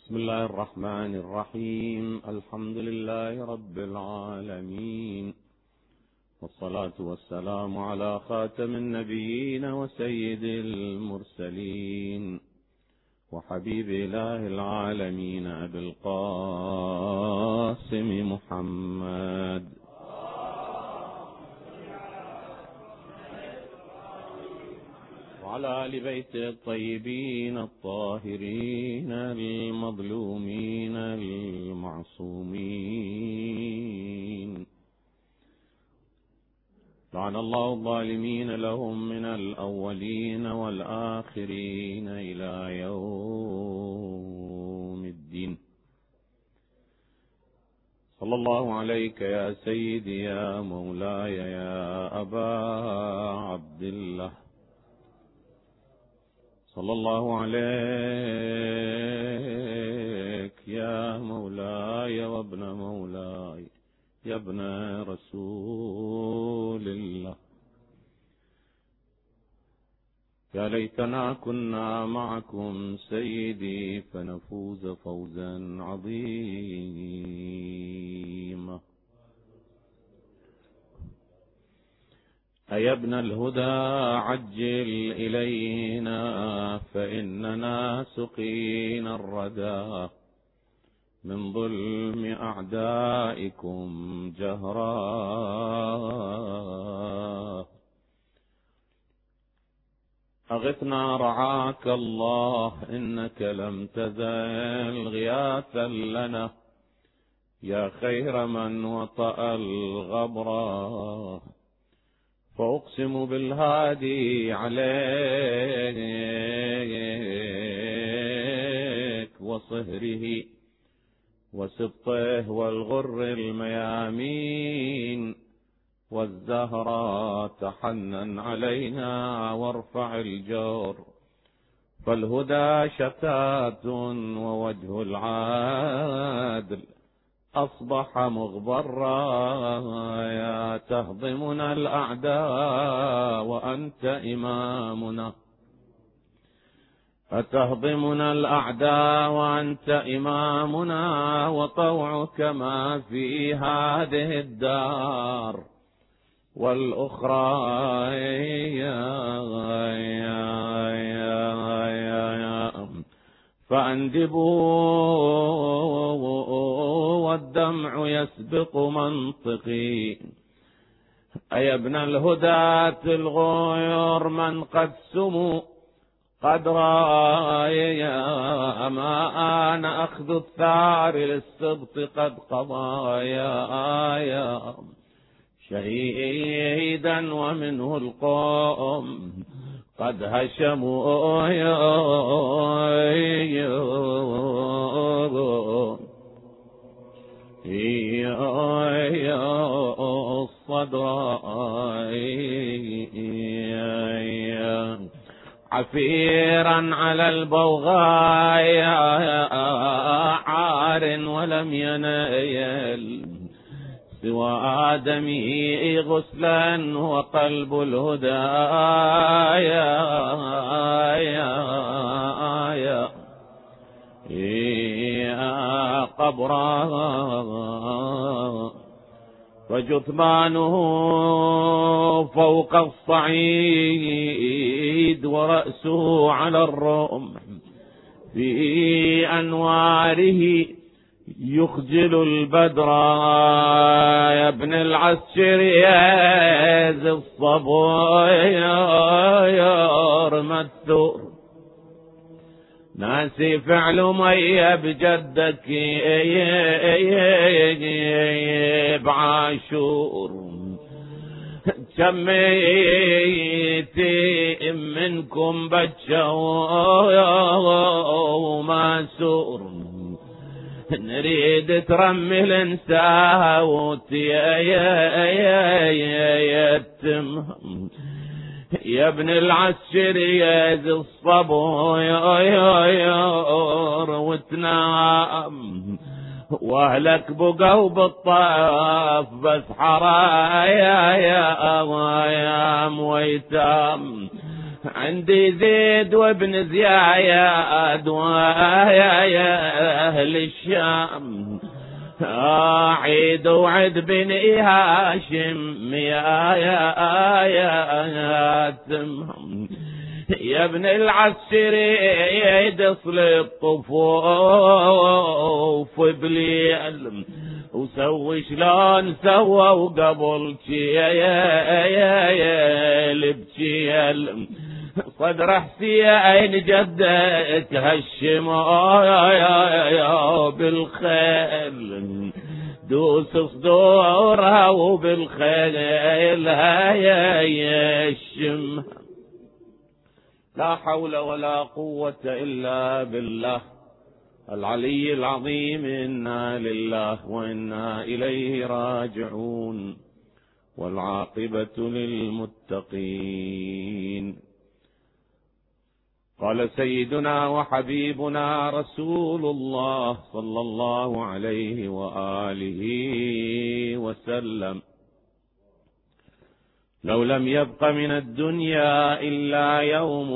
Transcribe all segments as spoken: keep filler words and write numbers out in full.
بسم الله الرحمن الرحيم. الحمد لله رب العالمين، والصلاة والسلام على خاتم النبيين وسيد المرسلين وحبيب إله العالمين أبي القاسم محمد وعلى آل بيته الطيبين الطاهرين المظلومين المعصومين. لعن الله الظالمين لهم من الأولين والآخرين إلى يوم الدين. صلى الله عليك يا سيدي يا مولاي يا أبا عبد الله، صلى الله عليك يا مولاي وابن مولاي يا ابن رسول الله. يا ليتنا كنا معكم سيدي فنفوز فوزا عظيما. أيا ابن الهدى عجل إلينا فإننا سقينا الردى من ظلم أعدائكم جهرا. أغثنا رعاك الله إنك لم تزل غياثا لنا يا خير من وطأ الغبرا. فأقسم بالهادي عليك وصهره وسبطه والغر الميامين والزهرة تحنن علينا وارفع الجور. فالهدى شتات ووجه العادل أصبح مغبرا. يا تهضمنا الأعداء وأنت إمامنا، أتهضمنا الأعداء وأنت إمامنا. وطوعك ما في هذه الدار والأخرى. يا يا يا يا فأندبوا والدمع يسبق منطقي. أي ابن الهدى الغير من قد سموا قد رايا. ما أنا أخذ الثار للسبط قد قضى. يا شهيدا ومنه القوم قد هشموا. يا الصدى عفيرا على البوغاء عار ولم ينيل سوى دمه غسلا وقلب الهدى. يا يا يا يا قبرا وجثمانه فوق الصعيد ورأسه على الرمح. في أنواره يخجل البدر. يا ابن العسكر يا ذي الصبو يا رمثور ناسي فعل مي بجدك بعاشور. سميتي منكم بتشو ماسور. نريد ترمي الانساوت يتم. يا ابن العسكر يا ذي الصبو وتنام واهلك بقوا بالطاف بس حرايا يا ويتام. عندي زيد وابن زياد ويا أهل الشام عيد وعد بني هاشم يا يا يا يا ابن العسير اصل الطفوف بليل وسوي شلون سوى وقبل يا بجيل صدر حسين جدك هشم بالخيل دوس صدورها وبالخيل هيا الشم. لا حول ولا قوة إلا بالله العلي العظيم. إنا لله وإنا إليه راجعون والعاقبة للمتقين. قال سيدنا وحبيبنا رسول الله صلى الله عليه وآله وسلم: لو لم يبق من الدنيا إلا يوم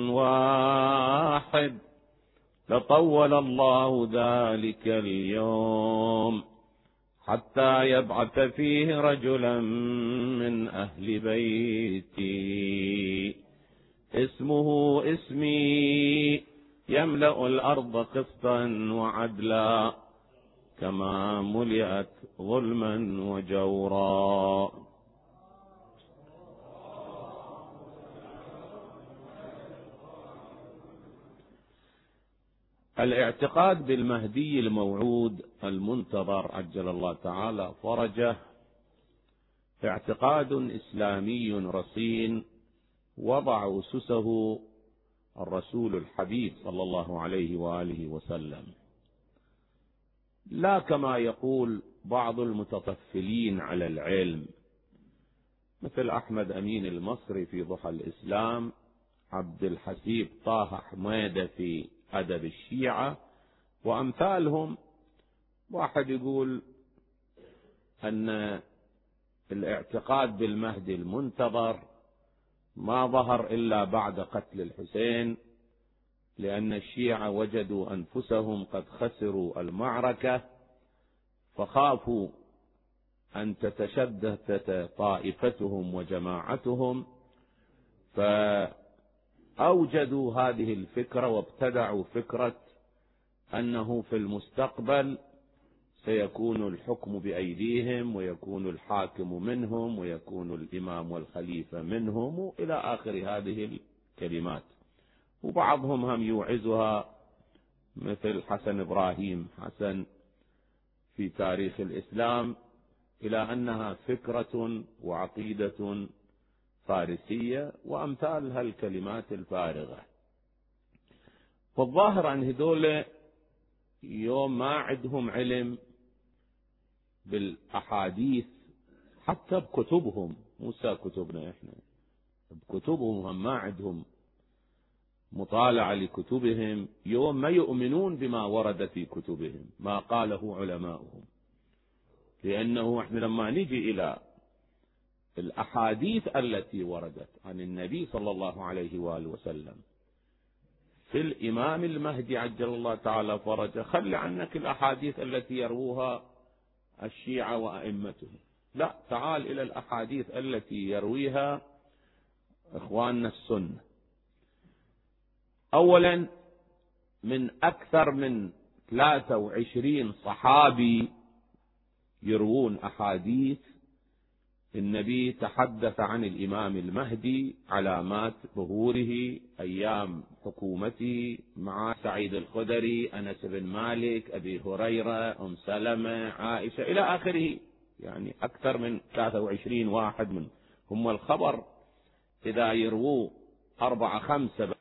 واحد لطول الله ذلك اليوم حتى يبعث فيه رجلا من أهل بيتي اسمه اسمي يملأ الأرض قسطا وعدلا كما ملئت ظلما وجورا. الاعتقاد بالمهدي الموعود المنتظر عجل الله تعالى فرجه اعتقاد إسلامي رصين وضع أسسه الرسول الحبيب صلى الله عليه وآله وسلم، لا كما يقول بعض المتطفلين على العلم مثل أحمد أمين المصري في ضحى الإسلام، عبد الحسيب طه حميدة في أدب الشيعة وأمثالهم. واحد يقول أن الاعتقاد بالمهدي المنتظر ما ظهر إلا بعد قتل الحسين، لأن الشيعة وجدوا أنفسهم قد خسروا المعركة فخافوا أن تتشدد طائفتهم وجماعتهم، فأوجدوا هذه الفكرة وابتدعوا فكرة أنه في المستقبل سيكون الحكم بأيديهم ويكون الحاكم منهم ويكون الإمام والخليفة منهم إلى آخر هذه الكلمات. وبعضهم هم يوعزها مثل حسن إبراهيم حسن في تاريخ الإسلام إلى أنها فكرة وعقيدة فارسية وأمثال هالكلمات الفارغة. فالظاهر أن هذول يوم ما عندهم علم بالأحاديث حتى بكتبهم، موسى كتبنا إحنا بكتبهم هم ما عندهم مطالعة لكتبهم، يوم ما يؤمنون بما ورد في كتبهم ما قاله علماؤهم. لأنه إحنا لما نجي إلى الأحاديث التي وردت عن النبي صلى الله عليه وآله وسلم في الإمام المهدي عجل الله تعالى فرجه، خلي عنك الأحاديث التي يروها الشيعة وأئمتهم، لا، تعال إلى الأحاديث التي يرويها إخواننا السنة. أولا، من أكثر من ثلاثة وعشرين صحابي يروون أحاديث النبي تحدث عن الإمام المهدي، علامات ظهوره، أيام حكومته، مع سعيد الخدري، أنس بن مالك، أبي هريرة، أم سلمة، عائشة إلى آخره. يعني أكثر من ثلاثة وعشرين واحد من هم الخبر إذا يرووا أربعة خمسة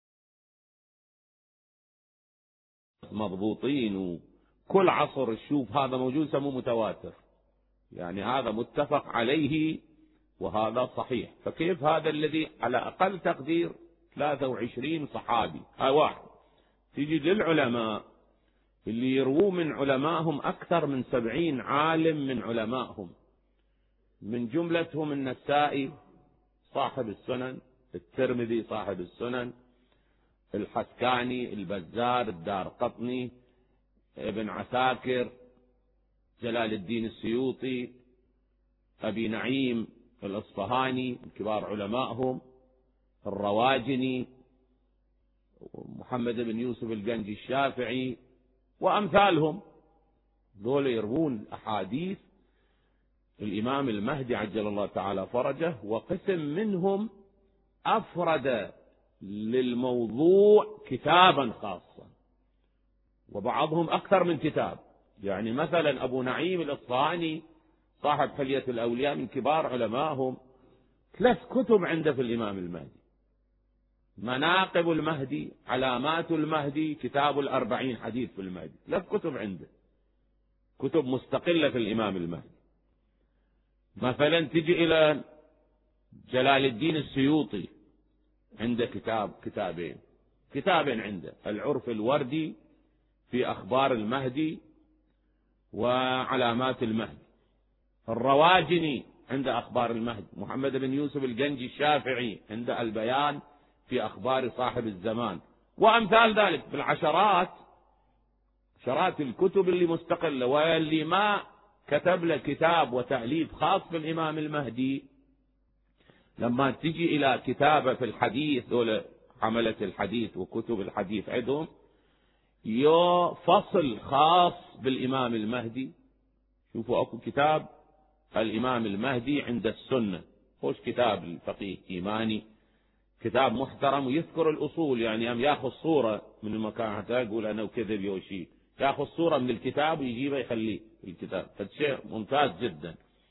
مضبوطين وكل عصر الشوف هذا موجود سموه متواتر، يعني هذا متفق عليه وهذا صحيح. فكيف هذا الذي على أقل تقدير ثلاثة وعشرين صحابي هاي واحد، تجي للعلماء اللي يرووا من علمائهم أكثر من سبعين عالم من علمائهم، من جملتهم النسائي صاحب السنن، الترمذي صاحب السنن، الحسكاني، البزار، الدارقطني، ابن عساكر، جلال الدين السيوطي، أبي نعيم الأصفهاني كبار علمائهم، الرواجني، محمد بن يوسف القنجي الشافعي وأمثالهم، دول يروون أحاديث الإمام المهدي عجل الله تعالى فرجه. وقسم منهم أفرد للموضوع كتابا خاصا، وبعضهم أكثر من كتاب. يعني مثلا أبو نعيم الأصفهاني صاحب حلية الأولياء من كبار علمائهم، ثلاث كتب عنده في الإمام المهدي: مناقب المهدي، علامات المهدي، كتاب الأربعين حديث في المهدي، ثلاث كتب عنده، كتب مستقلة في الإمام المهدي. مثلا تجي إلى جلال الدين السيوطي، عنده كتاب كتابين كتابين عنده: العرف الوردي في أخبار المهدي وعلامات المهدي. الرواجني عنده أخبار المهدي. محمد بن يوسف القنجي الشافعي عنده البيان في أخبار صاحب الزمان، وأمثال ذلك بالعشرات، عشرات الكتب اللي مستقلة. واللي ما كتب له كتاب وتأليف خاص بالإمام المهدي، لما تجي إلى كتابة في الحديث، دول حملة الحديث وكتب الحديث عندهم يو فصل خاص بالإمام المهدي. شوفوا أكو كتاب الإمام المهدي عند السنة، خوش كتاب الفقيه إيماني، كتاب محترم ويذكر الأصول. يعني يم ياخذ صورة من المكان حتى يقول أنا وكذب يوشي، ياخذ صورة من الكتاب ويجيبه يخليه في الكتاب، هذا شيء ممتاز جدا.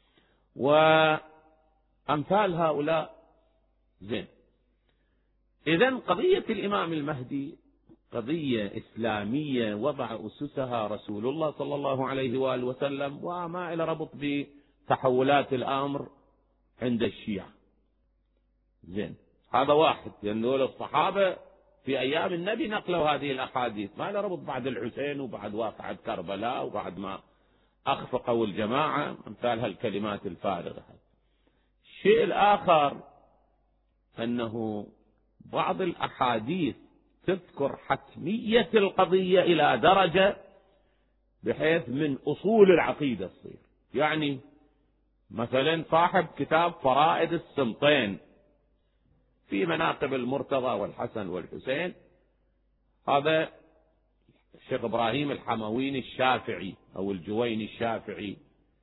وأمثال هؤلاء زين. إذن قضية الإمام المهدي قضية إسلامية وضع أسسها رسول الله صلى الله عليه وآله وسلم، وما إلى ربط بتحولات الأمر عند الشيعة. زين، هذا واحد، لأن دول الصحابة في أيام النبي نقلوا هذه الأحاديث، ما إلى ربط بعد الحسين وبعد واقعة كربلاء وبعد ما أخفقوا الجماعة، أمثال هالكلمات الفارغة. الشيء الآخر أنه بعض الأحاديث تذكر حتمية القضية إلى درجة بحيث من أصول العقيدة تصير. يعني مثلا صاحب كتاب فرائد السمطين في مناقب المرتضى والحسن والحسين، هذا الشيخ إبراهيم الحمويني الشافعي أو الجويني الشافعي،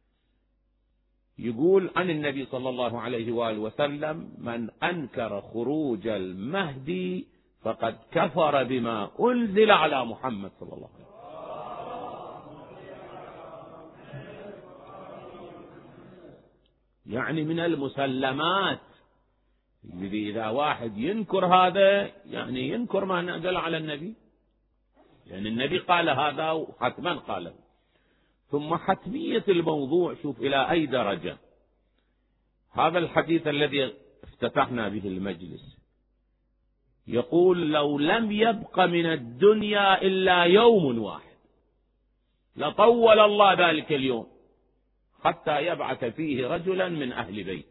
يقول عن النبي صلى الله عليه وآله وسلم: من أنكر خروج المهدي فقد كفر بما أنزل على محمد صلى الله عليه وسلم. يعني من المسلمات الذي إذا واحد ينكر هذا يعني ينكر ما نزل على النبي، لأن يعني النبي قال هذا وحتما قاله. ثم حتمية الموضوع، شوف إلى أي درجة. هذا الحديث الذي افتتحنا به المجلس يقول: لو لم يبق من الدنيا إلا يوم واحد لطول الله ذلك اليوم حتى يبعث فيه رجلا من أهل بيتي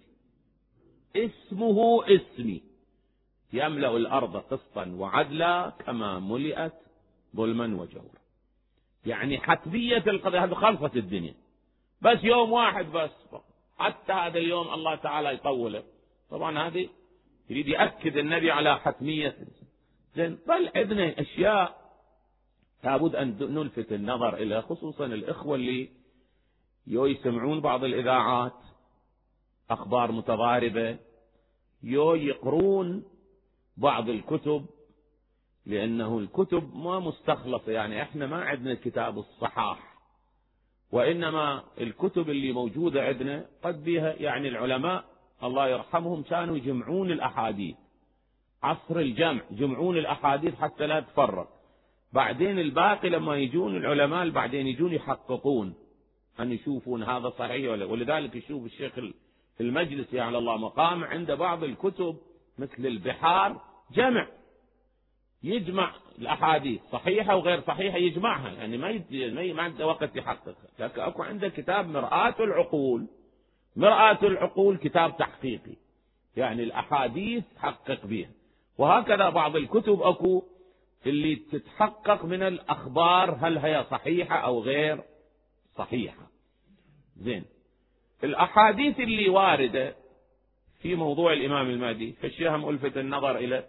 اسمه اسمي يملأ الأرض قسطا وعدلا كما ملئت ظلما وجورا. يعني حتمية القضية هذا خلصت الدنيا، بس يوم واحد بس، حتى هذا اليوم الله تعالى يطوله. طبعا هذه يريد يأكد النبي على حتمية. زين، ظل عندنا أشياء لابد أن نلفت النظر إلى، خصوصا الإخوة اللي يو يسمعون بعض الإذاعات أخبار متضاربة، يو يقرون بعض الكتب، لأنه الكتب ما مستخلصة. يعني احنا ما عندنا كتاب الصحاح، وإنما الكتب اللي موجودة عندنا قد بها يعني العلماء الله يرحمهم كانوا يجمعون الأحاديث، عصر الجمع يجمعون الأحاديث حتى لا تفرق. بعدين الباقي لما يجون العلماء بعدين يجون يحققون أن يشوفون هذا صحيح ولا. ولذلك يشوف الشيخ المجلس على الله مقام عند بعض الكتب مثل البحار جمع، يجمع الأحاديث صحيحة وغير صحيحة يجمعها، يعني ما ما عنده وقت يحققها. لكن أكو عنده كتاب مرآة العقول، مرآة العقول كتاب تحقيقي، يعني الأحاديث حقق بها. وهكذا بعض الكتب أكو اللي تتحقق من الأخبار هل هي صحيحة أو غير صحيحة. زين، الأحاديث اللي واردة في موضوع الإمام المهدي فالشيخ ألفت النظر إلى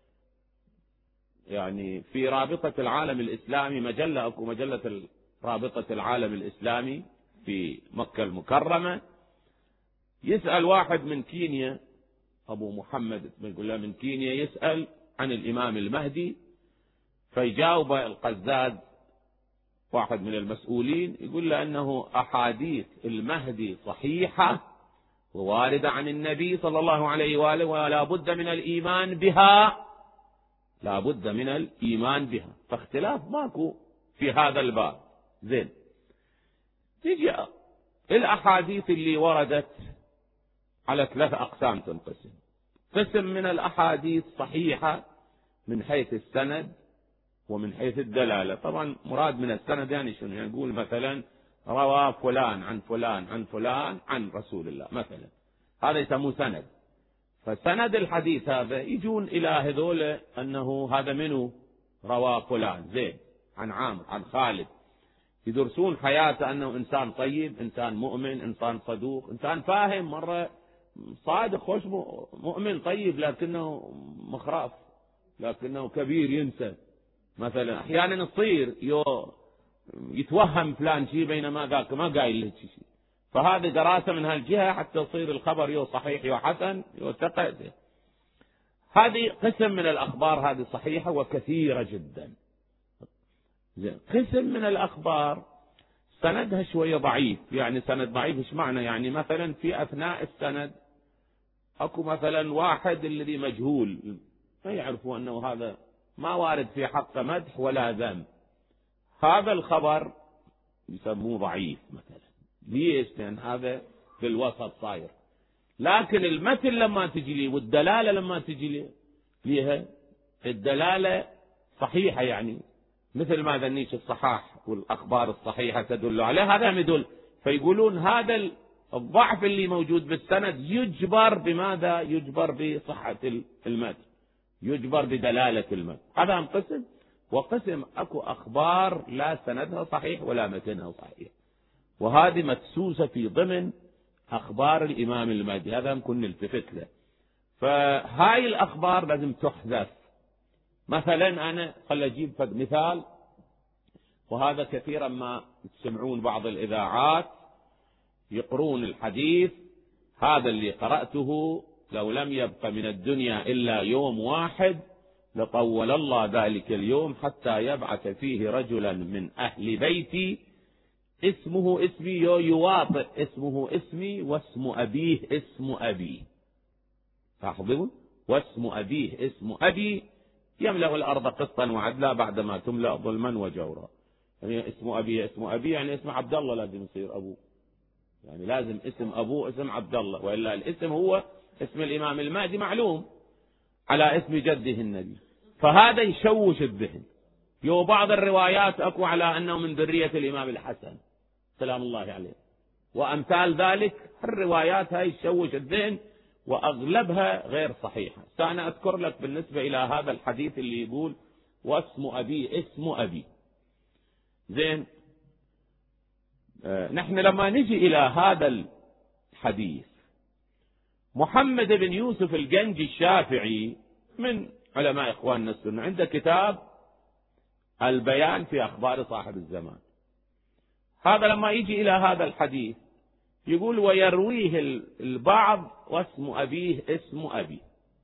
يعني في رابطة العالم الإسلامي مجلة أكو مجلة رابطة العالم الإسلامي في مكة المكرمة، يسأل واحد من كينيا أبو محمد يقول له من كينيا يسأل عن الإمام المهدي، فيجاوب القزاز واحد من المسؤولين يقول له أنه أحاديث المهدي صحيحة وواردة عن النبي صلى الله عليه وآله ولا بد من الإيمان بها، لا بد من الإيمان بها، فاختلاف ماكو في هذا الباب. زين، تيجي الأحاديث اللي وردت على ثلاث أقسام تنقسم. قسم من الأحاديث صحيحة من حيث السند ومن حيث الدلالة. طبعا مراد من السند يعني شنو؟ يعني نقول مثلا روى فلان عن فلان عن فلان عن رسول الله مثلا، هذا يسموه سند. فسند الحديث هذا يجون إلى هذول أنه هذا منه روى فلان زيد عن عامر عن خالد، يدرسون حياته أنه إنسان طيب، إنسان مؤمن، إنسان صدوق، إنسان فاهم، مرة صادق خوش مؤمن طيب لكنه مخراف، لكنه كبير ينسى مثلا. أحيانا تصير يو يتوهم فلان شيء بينما ذاك ما قايل له شيء، فهذه دراسة من هالجهة حتى يصير الخبر يو صحيح يو حسن يو ثقة. هذه قسم من الأخبار هذه صحيحة وكثيرة جدا. قسم من الأخبار سندها شوية ضعيف، يعني سند ضعيف ايش معنى؟ يعني مثلا في أثناء السند أكو مثلا واحد الذي مجهول ما يعرفوا أنه هذا ما وارد في حقه مدح ولا ذم، هذا الخبر يسموه ضعيف مثلا. ليش؟ لأن هذا في الوسط صاير، لكن المثل لما تجي لي والدلالة لما تجي لي ليها الدلالة صحيحة، يعني مثل ما ذنيش الصحاح والأخبار الصحيحة تدل عليه، هذا يدل. فيقولون هذا الضعف اللي موجود بالسند يجبر بماذا؟ يجبر بصحة المتن، يجبر بدلالة المتن. هذا قسم. وقسم أكو أخبار لا سندها صحيح ولا متنها صحيح، وهذه مدسوسة في ضمن أخبار الإمام المهدي، هذا نكون نلتفت له. فهاي الأخبار لازم تحذف. مثلا أنا خل أجيب مثال، وهذا كثيرا ما تسمعون بعض الإذاعات يقرون الحديث هذا اللي قرأته لو لم يبق من الدنيا إلا يوم واحد لطول الله ذلك اليوم حتى يبعث فيه رجلا من أهل بيتي اسمه اسمي يواطئ اسمه اسمي واسم أبيه اسم أبي. لاحظوا، واسم أبيه اسم أبي يملأ الأرض قسطا وعدلا بعدما تملأ ظلما وجورا. يعني اسم أبيه اسم أبي يعني اسم عبد الله لازم يصير أبوه، يعني لازم اسم أبوه اسم عبد الله، وإلا الاسم هو اسم الإمام المهدي معلوم على اسم جده النبي، فهذا يشوش الذهن. يو بعض الروايات أكو على أنه من ذرية الإمام الحسن سلام الله عليه وأمثال ذلك، الروايات هاي تشوش الذهن وأغلبها غير صحيحة. أنا أذكر لك بالنسبة إلى هذا الحديث اللي يقول واسم أبي اسم أبي. زين، آه نحن لما نجي إلى هذا الحديث، محمد بن يوسف الجنجي الشافعي من علماء إخواننا السنة عنده كتاب البيان في أخبار صاحب الزمان. هذا لما يجي إلى هذا الحديث يقول ويرويه البعض واسم أبيه اسم أبي.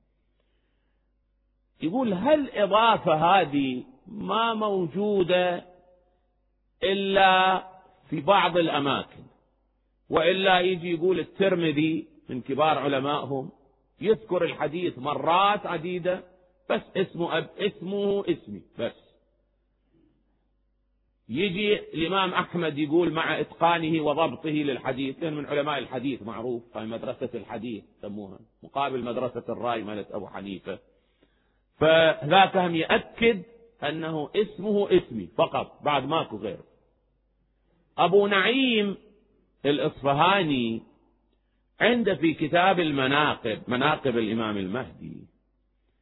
يقول هل إضافة هذه ما موجودة إلا في بعض الأماكن، وإلا يجي يقول الترمذي من كبار علمائهم يذكر الحديث مرات عديدة بس اسمه أب اسمه اسمي بس. يجي الإمام أحمد يقول مع إتقانه وضبطه للحديث، لأن من علماء الحديث معروف في مدرسة الحديث سموها مقابل مدرسة الرأي مالت أبو حنيفة، فذاك هم يأكد أنه اسمه اسمي فقط بعد ماكو غير. أبو نعيم الإصفهاني عنده في كتاب المناقب مناقب الإمام المهدي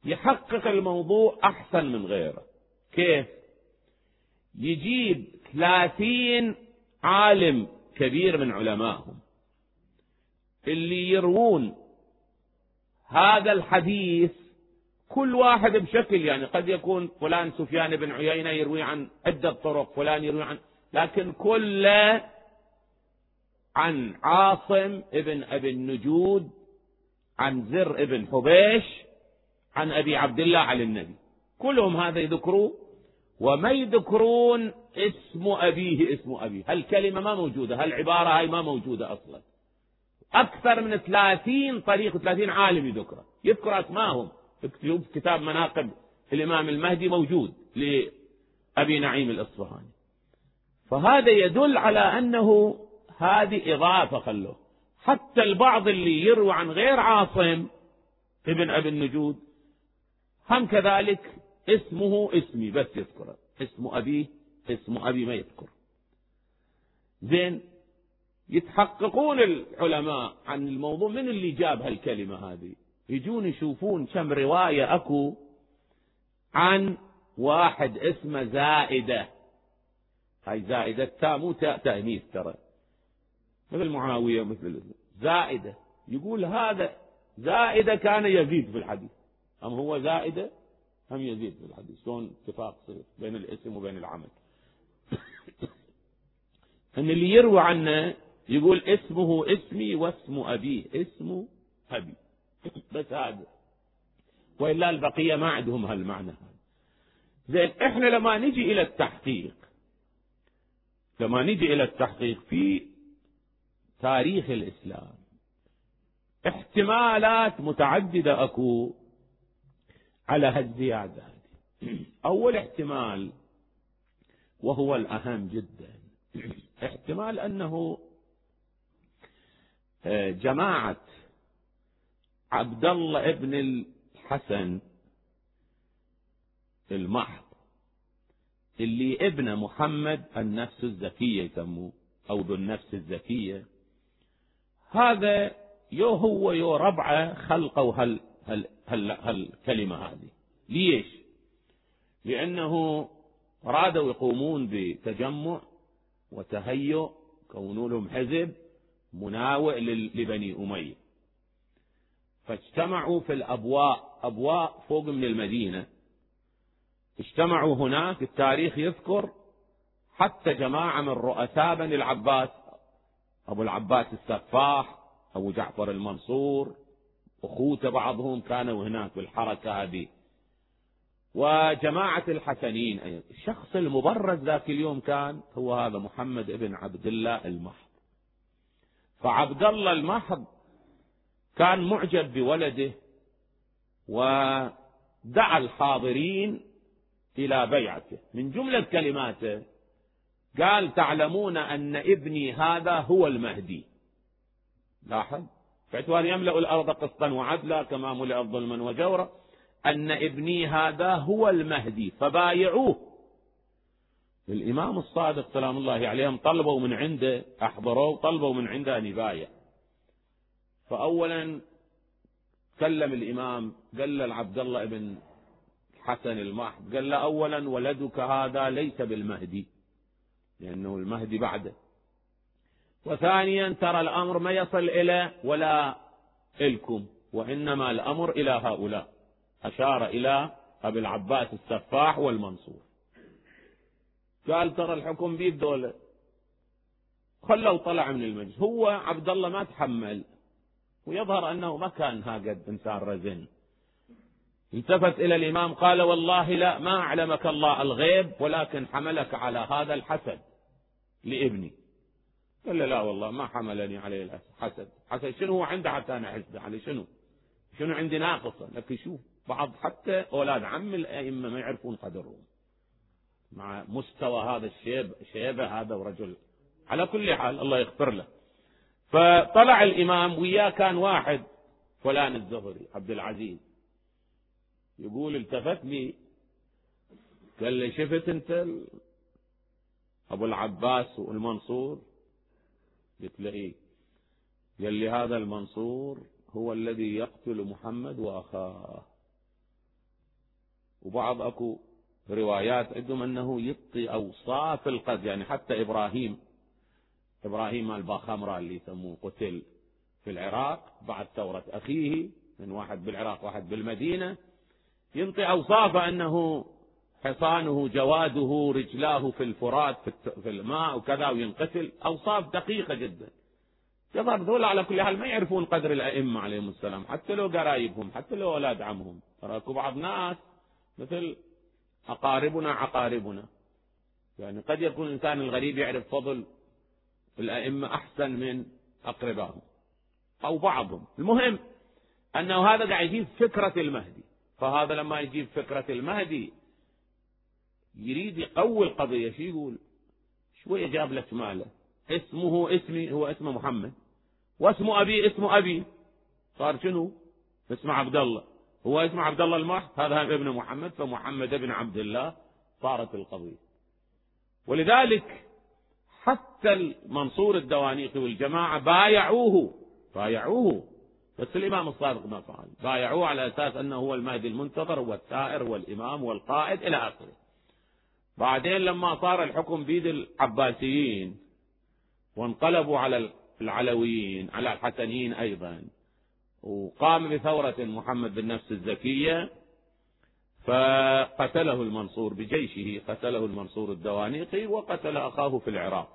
يحقق الموضوع أحسن من غيره. كيف؟ يجيب ثلاثين عالم كبير من علمائهم اللي يروون هذا الحديث، كل واحد بشكل، يعني قد يكون فلان سفيان بن عيينة يروي عن عدة طرق، فلان يروي عن، لكن كله عن عاصم ابن أبي النجود عن زر ابن حبيش عن أبي عبد الله على النبي، كلهم هذا يذكروا وما يذكرون اسم أبيه اسم أبيه، هالكلمة ما موجودة، هالعبارة هاي ما موجودة أصلا. أكثر من ثلاثين طريق ثلاثين عالم يذكره، يذكر أسماءهم في كتاب مناقب الإمام المهدي موجود لأبي نعيم الإصفهاني. فهذا يدل على أنه هذه إضافة خلوه. حتى البعض اللي يروي عن غير عاصم ابن أبي النجود هم كذلك اسمه اسمي بس يذكره، اسم أبيه اسم أبي ما يذكر. زين، يتحققون العلماء عن الموضوع من اللي جاب هالكلمة هذه، يجون يشوفون كم رواية أكو عن واحد اسمه زائدة. هاي زائدة تاء مو تاء تأنيث ترى، مثل معاوية مثل زائدة. يقول هذا زائدة كان يزيد في الحديث، أم هو زائدة هم يزيد في الحديث، شلون اتفاق صير بين الاسم وبين العمل. ان اللي يروى عنه يقول اسمه اسمي واسم أبيه اسم أبي، بس هذا، وإلا البقية ما عندهم هالمعنى هذا. زين، احنا لما نجي إلى التحقيق لما نجي إلى التحقيق في تاريخ الإسلام، احتمالات متعددة أكو على هالزيادة هذه. أول احتمال وهو الأهم جدا، احتمال أنه جماعة عبد الله ابن الحسن المحض اللي ابن محمد النفس الزكية يسموه أو ذو النفس الزكية، هذا يو هو يو ربعه خلقوا هال هال هال هالكلمة هذه. ليش؟ لأنه رادوا يقومون بتجمع وتهيؤ، كونوا لهم حزب مناوئ لبني أمية، فاجتمعوا في الأبواء، أبواء فوق من المدينة، اجتمعوا هناك. التاريخ يذكر حتى جماعة من رؤساء بني العباس، أبو العباس السفاح، أبو جعفر المنصور، أخوته بعضهم كانوا هناك بالحركة هذه، وجماعة الحسنين أيضا. الشخص المبرز ذاك اليوم كان هو هذا محمد ابن عبد الله المحض. فعبد الله المحض كان معجب بولده، ودعا الحاضرين إلى بيعته. من جملة كلماته قال: تعلمون أن ابني هذا هو المهدي. لاحظ، باعتبار يملأ الأرض قسطا وعدلا كما ملئت ظلما وجورا، أن ابني هذا هو المهدي فبايعوه. الإمام الصادق سلام الله عليهم طلبوا من عنده، أحضروه طلبوا من عنده أن يبايع. فأولا كلم الإمام، قال له عبد الله بن حسن المحض، قال له: أولا ولدك هذا ليس بالمهدي، لأنه المهدي بعده. وثانيا ترى الأمر ما يصل إلى ولا إلكم، وإنما الأمر إلى هؤلاء. أشار إلى أبي العباس السفاح والمنصور، قال: ترى الحكم بيد دولة. خلوا طلع من المجلس. هو عبد الله ما تحمل، ويظهر أنه ما كان هكذا إنسان رزين. التفت إلى الإمام قال: والله لا، ما أعلمك الله الغيب، ولكن حملك على هذا الحسد لابني. قال له: لا والله ما حملني عليه الحسد. حسد شنو هو عنده حتى أنا أحسده عليه؟ شنو شنو عندي ناقصة؟ لكن شوف، بعض حتى أولاد عم الأئمة ما يعرفون قدرهم مع مستوى هذا الشيب شيبة هذا ورجل. على كل حال الله يغفر له. فطلع الإمام، وياه كان واحد فلان الزهري عبد العزيز، يقول: التفت لي قال لي: شفت انت ابو العباس والمنصور؟ قلت له: ايه. قال لي: هذا المنصور هو الذي يقتل محمد واخاه. وبعض أكو روايات عندهم أنه يعطي أوصاف القتل، يعني حتى إبراهيم إبراهيم الباخمرة اللي يسموه قتل في العراق بعد ثورة أخيه، من واحد بالعراق واحد بالمدينة، ينطي أوصافه أنه حصانه جواده رجلاه في الفرات في الماء وكذا وينقتل، أوصاف دقيقة جدا. يظهر ذول على كل حال ما يعرفون قدر الأئمة عليهم السلام، حتى لو قرايبهم، حتى لو أولاد عمهم. تراكوا بعض ناس مثل أقاربنا عقاربنا، يعني قد يكون الإنسان الغريب يعرف فضل الأئمة أحسن من أقربائهم أو بعضهم. المهم أنه هذا قاعد يجيب فكرة المهدي، فهذا لما يجيب فكرة المهدي يريد يقوي القضية. شو يقول؟ شوية جاب لك ماله، اسمه اسمي، هو اسمه محمد، واسم أبي اسمه أبي، صار شنو؟ اسمه عبد الله، هو اسمه عبد الله المحض، هذا ابن محمد، فمحمد ابن عبد الله، صارت القضية. ولذلك حتى المنصور الدوانيقي والجماعة بايعوه بايعوه بس الإمام الصادق ما فعل، بايعوه على أساس أنه هو المهدي المنتظر، هو الثائر والإمام والقائد إلى آخره. بعدين لما صار الحكم بيد العباسيين وانقلبوا على العلويين، على الحسنيين أيضا، وقام بثورة محمد بن نفس الزكية، فقتله المنصور بجيشه، قتله المنصور الدوانيقي وقتل أخاه في العراق.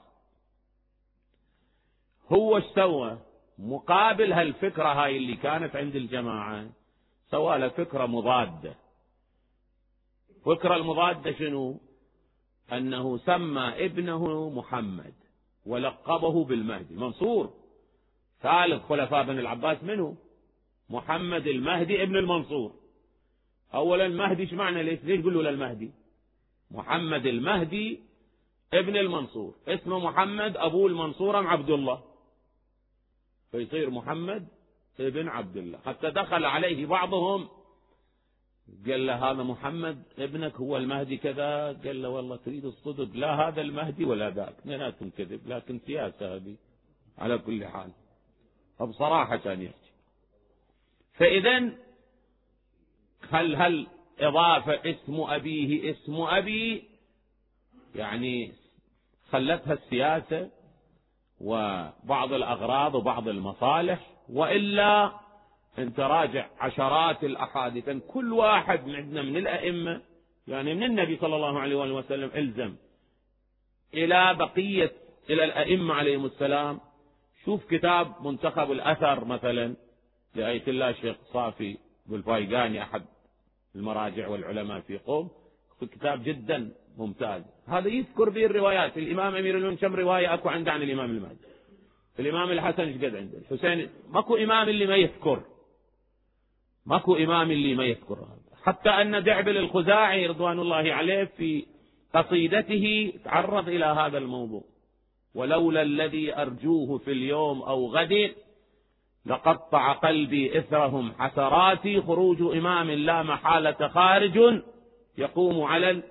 هو ايش سوى؟ مقابل هالفكرة هاي اللي كانت عند الجماعة، سوى له فكرة مضادة. فكرة المضادة شنو؟ أنه سمى ابنه محمد ولقبه بالمهدي. منصور ثالث خلفاء بن العباس منه محمد المهدي ابن المنصور. أولا المهدي ايش معنى؟ ليش ليش يقولوا للمهدي؟ محمد المهدي ابن المنصور، اسمه محمد، أبوه المنصور أم عبد الله، فيصير محمد ابن عبد الله. حتى دخل عليه بعضهم قال له هذا محمد ابنك هو المهدي كذا، قال له والله تريد الصدق، لا هذا المهدي ولا ذاك، اثنيناتهم كذب، لكن سياسة هذه على كل حال، بصراحة كان يحكي. فإذا هل هل إضافة اسم أبيه اسم أبي يعني خلتها السياسة وبعض الأغراض وبعض المصالح، وإلا انت راجع عشرات الأحاديث، كل واحد من عندنا من الأئمة، يعني من النبي صلى الله عليه وآله وسلم إلزم إلى بقية إلى الأئمة عليهم السلام. شوف كتاب منتخب الأثر مثلا لآية الله الشيخ صافي بالفايقاني، أحد المراجع والعلماء في قوم، كتاب جدا ممتاز. هذا يذكر به الروايات. الإمام أمير المؤمنين كم رواية أكو عنده عن الإمام المهدي؟ الإمام الحسن ايش قد عنده؟ الحسين ماكو إمام اللي ما يذكر، ماكو إمام اللي ما يذكر هذا. حتى أن دعبل الخزاعي رضوان الله عليه في قصيدته تعرض إلى هذا الموضوع: ولولا الذي أرجوه في اليوم أو غد لقطع قلبي إثرهم حسراتي، خروج إمام لا محالة خارج يقوم على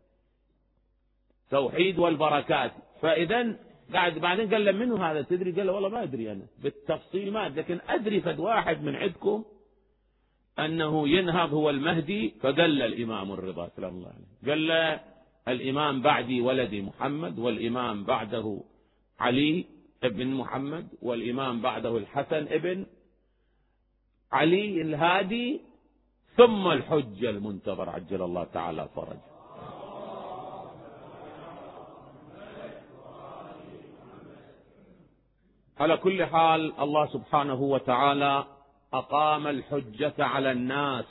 التوحيد والبركات. فإذا قاعد بعدين قال له منه هذا تدري؟ قال له والله ما أدري أنا بالتفصيل ما أدري، لكن أدري فد واحد من عندكم أنه ينهض هو المهدي. فقال الإمام الرضا سلام الله عليه، قال له الإمام بعدي ولدي محمد، والإمام بعده علي ابن محمد، والإمام بعده الحسن ابن علي الهادي، ثم الحجة المنتظر عجل الله تعالى فرجه. على كل حال الله سبحانه وتعالى أقام الحجة على الناس،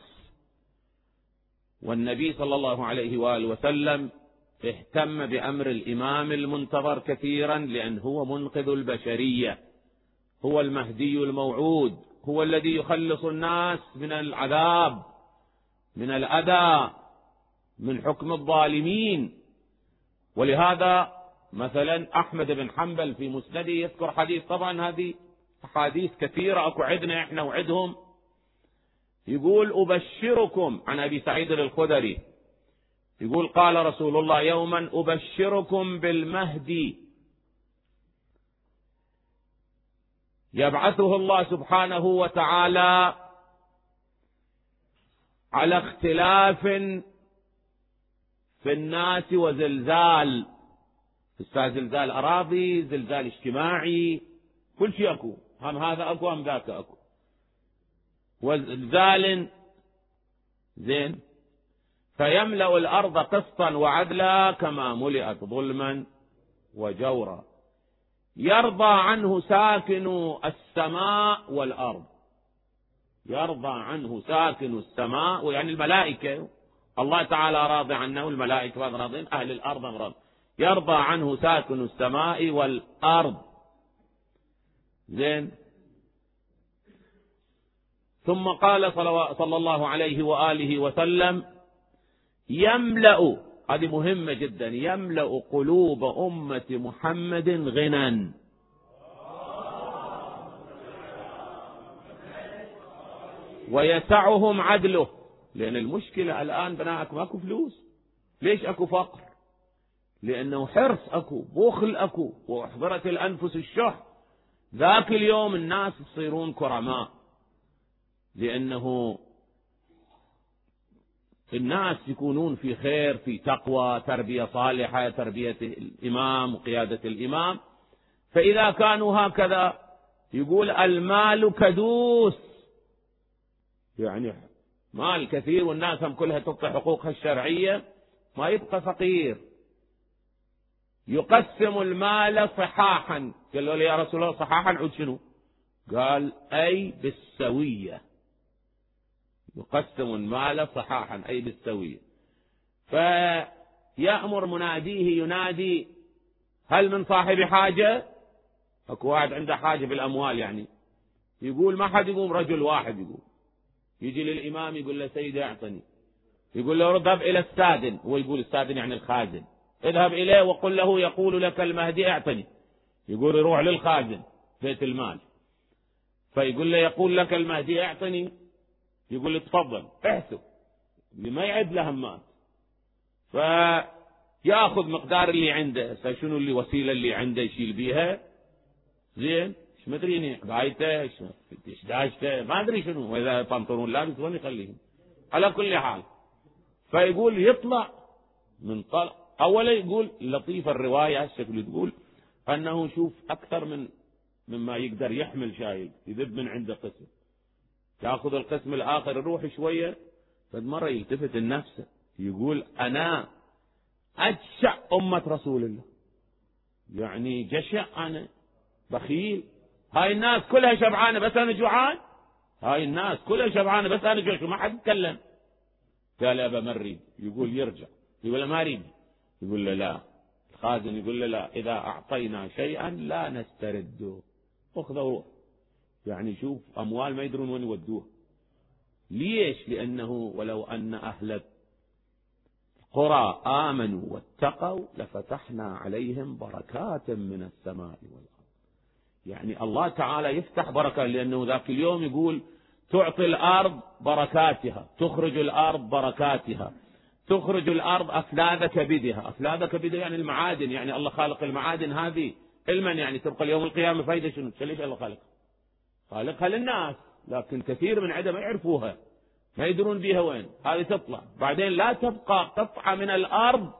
والنبي صلى الله عليه وآله وسلم اهتم بأمر الإمام المنتظر كثيرا، لأن هو منقذ البشرية، هو المهدي الموعود، هو الذي يخلص الناس من العذاب، من الأذى، من حكم الظالمين. ولهذا مثلا أحمد بن حنبل في مسنده يذكر حديث، طبعا هذه أحاديث كثيرة أكو عدنا إحنا وعدهم، يقول أبشركم عن أبي سعيد الخدري، يقول قال رسول الله يوما أبشركم بالمهدي يبعثه الله سبحانه وتعالى على اختلاف في الناس وزلزال، زلزال أراضي، زلزال اجتماعي، كل شيء أكو، هم هذا أكو هم ذاك أكو، وزلزال زين. فيملأ الأرض قسطا وعدلا كما ملئت ظلما وجورا. يرضى عنه ساكن السماء والأرض، يرضى عنه ساكن السماء، ويعني الملائكة، الله تعالى راضي عنه والملائكة راضين، أهل الأرض راضين. يرضى عنه ساكن السماء والأرض زين. ثم قال صلى الله عليه وآله وسلم: يملأ، هذه مهمة جدا، يملأ قلوب أمة محمد غنى، ويسعهم عدله. لأن المشكلة الآن بناءك ماكو فلوس. ليش أكو فقر؟ لأنه حرص أكو، بخل أكو، وأحضرت الأنفس الشح. ذاك اليوم الناس يصيرون كرماء، لأنه الناس يكونون في خير، في تقوى، تربية صالحة، تربية الإمام وقيادة الإمام. فإذا كانوا هكذا، يقول المال كدوس، يعني مال كثير والناس هم كلها تعطي حقوقها الشرعية، ما يبقى فقير. يقسم المال صحاحا. قالوا له: يا رسول الله صحاحا عود شنو؟ قال: أي بالسوية. يقسم المال صحاحا أي بالسوية. فيأمر مناديه ينادي: هل من صاحب حاجة؟ اكو واحد عنده حاجة بالأموال، يعني يقول ما حد يقوم، رجل واحد يقول، يجي للإمام يقول له: سيدي أعطني. يقول له: اذهب إلى السادن. هو يقول السادن يعني الخازن. اذهب إليه وقل له يقول لك المهدي أعطني. يقول يروح للخازن بيت المال، فيقول له: يقول لك المهدي أعطني. يقول له: تفضل احسب. ما يعد له همات، فيأخذ مقدار اللي عنده. شنو اللي وسيلة اللي عنده يشيل بيها، زين، ايش مدريني قايته ايش داشته ما ادري شنو، واذا بنطلون لابس وين يخليهم. على كل حال، فيقول يطلع من طلع. اولا يقول لطيفه الروايه الشكل، تقول انه شوف اكثر من مما يقدر يحمل شايل، يذب من عنده قسم، ياخذ القسم الاخر يروح شويه. فد مره يلتفت لنفسه يقول: انا اجشع امه رسول الله، يعني جشع، انا بخيل. هاي الناس كلها شبعانه بس انا جوعان، هاي الناس كلها شبعانه بس انا جوعان، ما حد يتكلم. قال: يا ابا ما نريد. يقول يرجع، يقول ما اريد. يقول له لا. الخازن يقول له لا، اذا اعطينا شيئا لا نسترده، اخذه روح. يعني شوف اموال ما يدرون وين يودوها. ليش؟ لانه ولو ان اهل القرى امنوا واتقوا لفتحنا عليهم بركات من السماء والارض. يعني الله تعالى يفتح بركة، لأنه ذاك اليوم يقول: تعطي الأرض بركاتها، تخرج الأرض بركاتها، تخرج الأرض أفلاذ كبدها. أفلاذ كبدها يعني المعادن، يعني الله خالق المعادن هذه علما، يعني تبقى اليوم القيامة فايدة شنو؟ ليش الله خالقها؟ خالقها للناس، لكن كثير من عدم ما يعرفوها، ما يدرون بيها وين. هذه تطلع بعدين لا تبقى قطعة من الأرض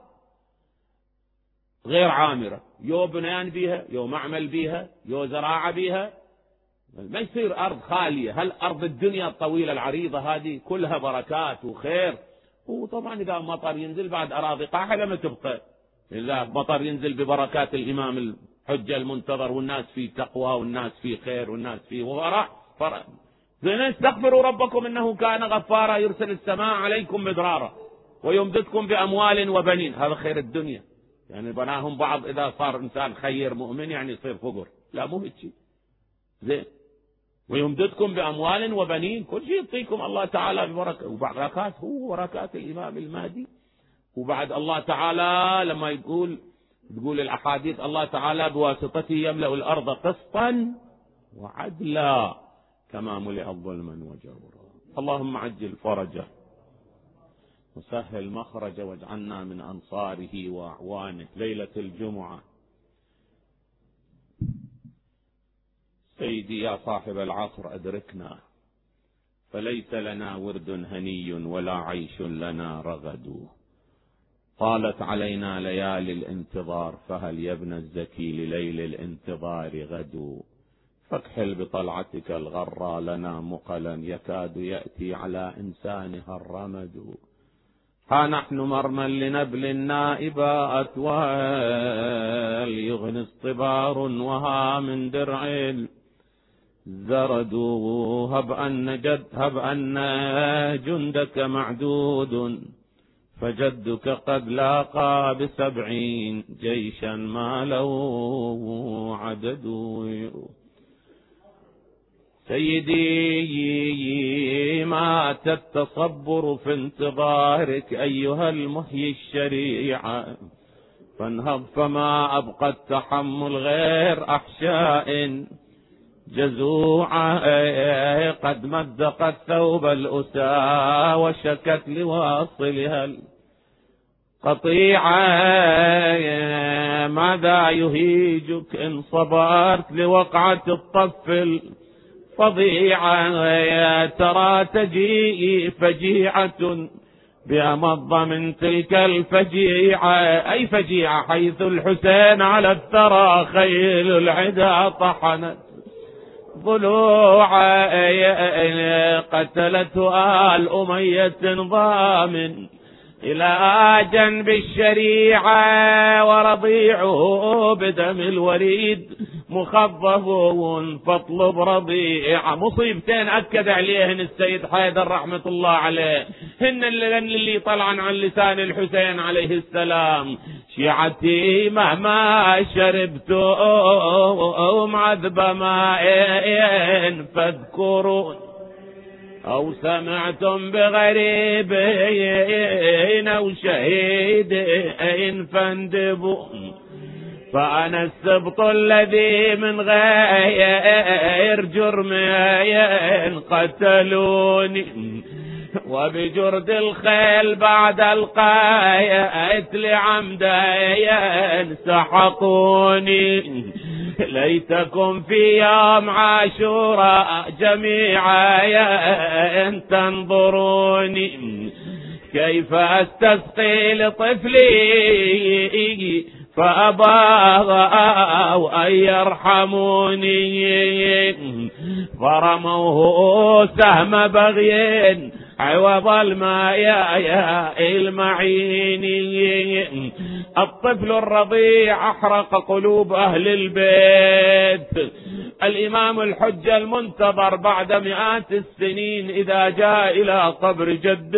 غير عامرة، يو بنيان بيها، يو معمل بيها، يو زراعة بيها، ما يصير أرض خالية. هل أرض الدنيا الطويلة العريضة هذه كلها بركات وخير. وطبعا إذا مطر ينزل بعد أراضي قاحلة ما تبقى، إذا مطر ينزل ببركات الإمام الحجة المنتظر، والناس في تقوى، والناس في خير، والناس في ورع. زين، استغفروا ربكم إنه كان غفارا يرسل السماء عليكم مدرارا ويمددكم بأموال وبنين. هذا خير الدنيا، يعني بناهم بعض. إذا صار إنسان خير مؤمن يعني يصير فقر، لا مو هيك شيء. زين، ويمددكم بأموال وبنين، كل شيء يعطيكم الله تعالى ببركة. وبركات هو بركات الإمام المهدي. وبعد الله تعالى لما يقول تقول الأحاديث الله تعالى بواسطته يملأ الأرض قسطا وعدلا كما ملئت ظلما وجورا. اللهم عجل فرجه وسهل مخرجه واجعلنا من أنصاره وأعوانه. ليلة الجمعة سيدي يا صاحب العصر أدركنا، فليس لنا ورد هني ولا عيش لنا رغد. طالت علينا ليالي الانتظار، فهل يا ابن الزكي لليل الانتظار غدو، فاكحل بطلعتك الغرى لنا مقلا يكاد يأتي على إنسانها الرمد. ها نحن مرمى لنبل النائبات وليغني اصطبار، وها من درع الزرد. هب أن, جد هب أن جندك معدود، فجدك قد لاقى بسبعين جيشا ما له عدد. سيدي مات التصبر في انتظارك أيها المحيي الشريعة، فانهض فما أبقى التحمل غير أحشاء جزوعة، قد مزقت ثوب الأسى وشكت لواصلها القطيعة. ماذا يهيجك إن صبرت لوقعة الطف الفظيعة، ترى تجيء فجيعة بأمض من تلك الفجيعة، أي فجيعة حيث الحسين على الثرى خيل العدا طحنت ضلوعا، قتلته آل أمية ضامن إلى جنب الشريعة، ورضيعه بدم الوريد مخضب فاطلب رضيعه. مصيبتين أكد عليهن السيد حيدر رحمة الله عليه، هن اللي طلعن عن لسان الحسين عليه السلام: شيعتي مهما شربتم عذب ماء فاذكرون، أو سمعتم بغريبين أو شهيدين فاندبوا، فأنا السبط الذي من غير جرمين قتلوني، وبجرد الخيل بعد القتل عمدا سحقوني. ليتكم في يوم عاشوراء جميعا تنظروني، كيف أستسقي لطفلي فأبوا أن يرحموني، فرموه سهم بغي عوض الماء يا المعين. الطفل الرضيع أحرق قلوب أهل البيت. الإمام الحجة المنتظر بعد مئات السنين إذا جاء إلى قبر جد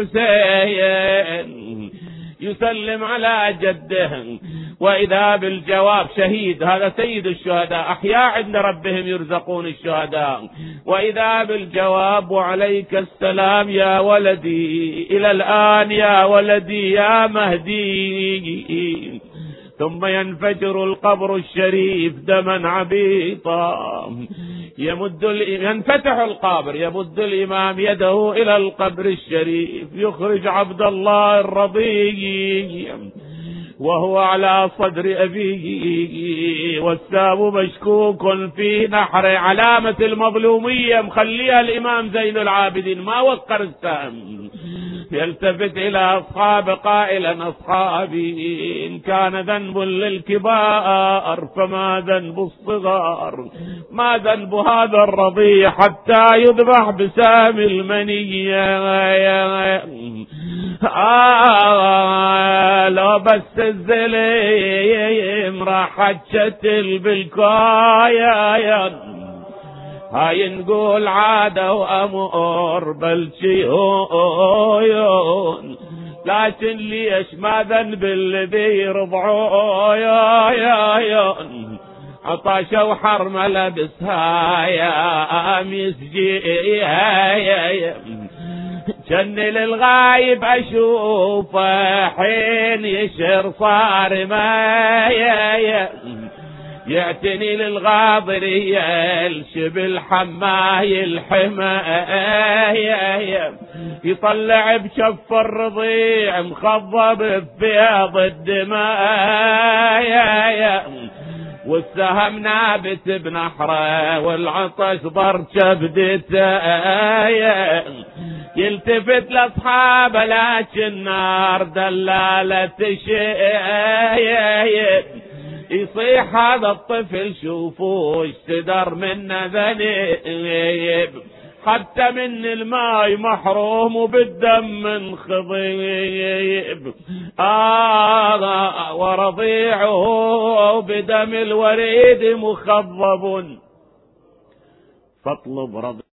الحسين يسلم على جده، وإذا بالجواب شهيد، هذا سيد الشهداء، أحياء عند ربهم يرزقون الشهداء، وإذا بالجواب: وعليك السلام يا ولدي، إلى الآن يا ولدي يا مهدي. ثم ينفجر القبر الشريف دما عبيطا، يمد ينفتح القبر، يمد الإمام يده إلى القبر الشريف، يخرج عبد الله الرضيع وهو على صدر أبيه، والسام مشكوك في نحر، علامة المظلومية مخليها الإمام زين العابدين، ما وقر السام. يلتفت إلى أصحاب قائلا: أصحابي، إن كان ذنب للكبار فما ذنب الصغار؟ ما ذنب هذا الرضيع حتى يذبح بسام المنية؟ آه لو بس الزليم راح تشتل بالكايا، هاي نقول عادة وأمور بالشيون، لكن ليش ما ذنب الذي رضعون؟ عطاشة وحرمة لبسها يا مسجي، جن للغايب أشوفه حين يشر صار ما يعتني للغاضر يلشب حماي الحماية، يطلع بشف الرضيع مخضب بفيض الدماء، والسهم نابت بنحره والعطش ضر شبدته، يلتفت لاصحابه لكن نار دلالة شيب، يصيح هذا الطفل شوفوا اشتدر منه ذنب، حتى من الماء محروم وبالدم منخضيب، آه ورضيعه بدم الوريد مخضب، فاطلب رضيعه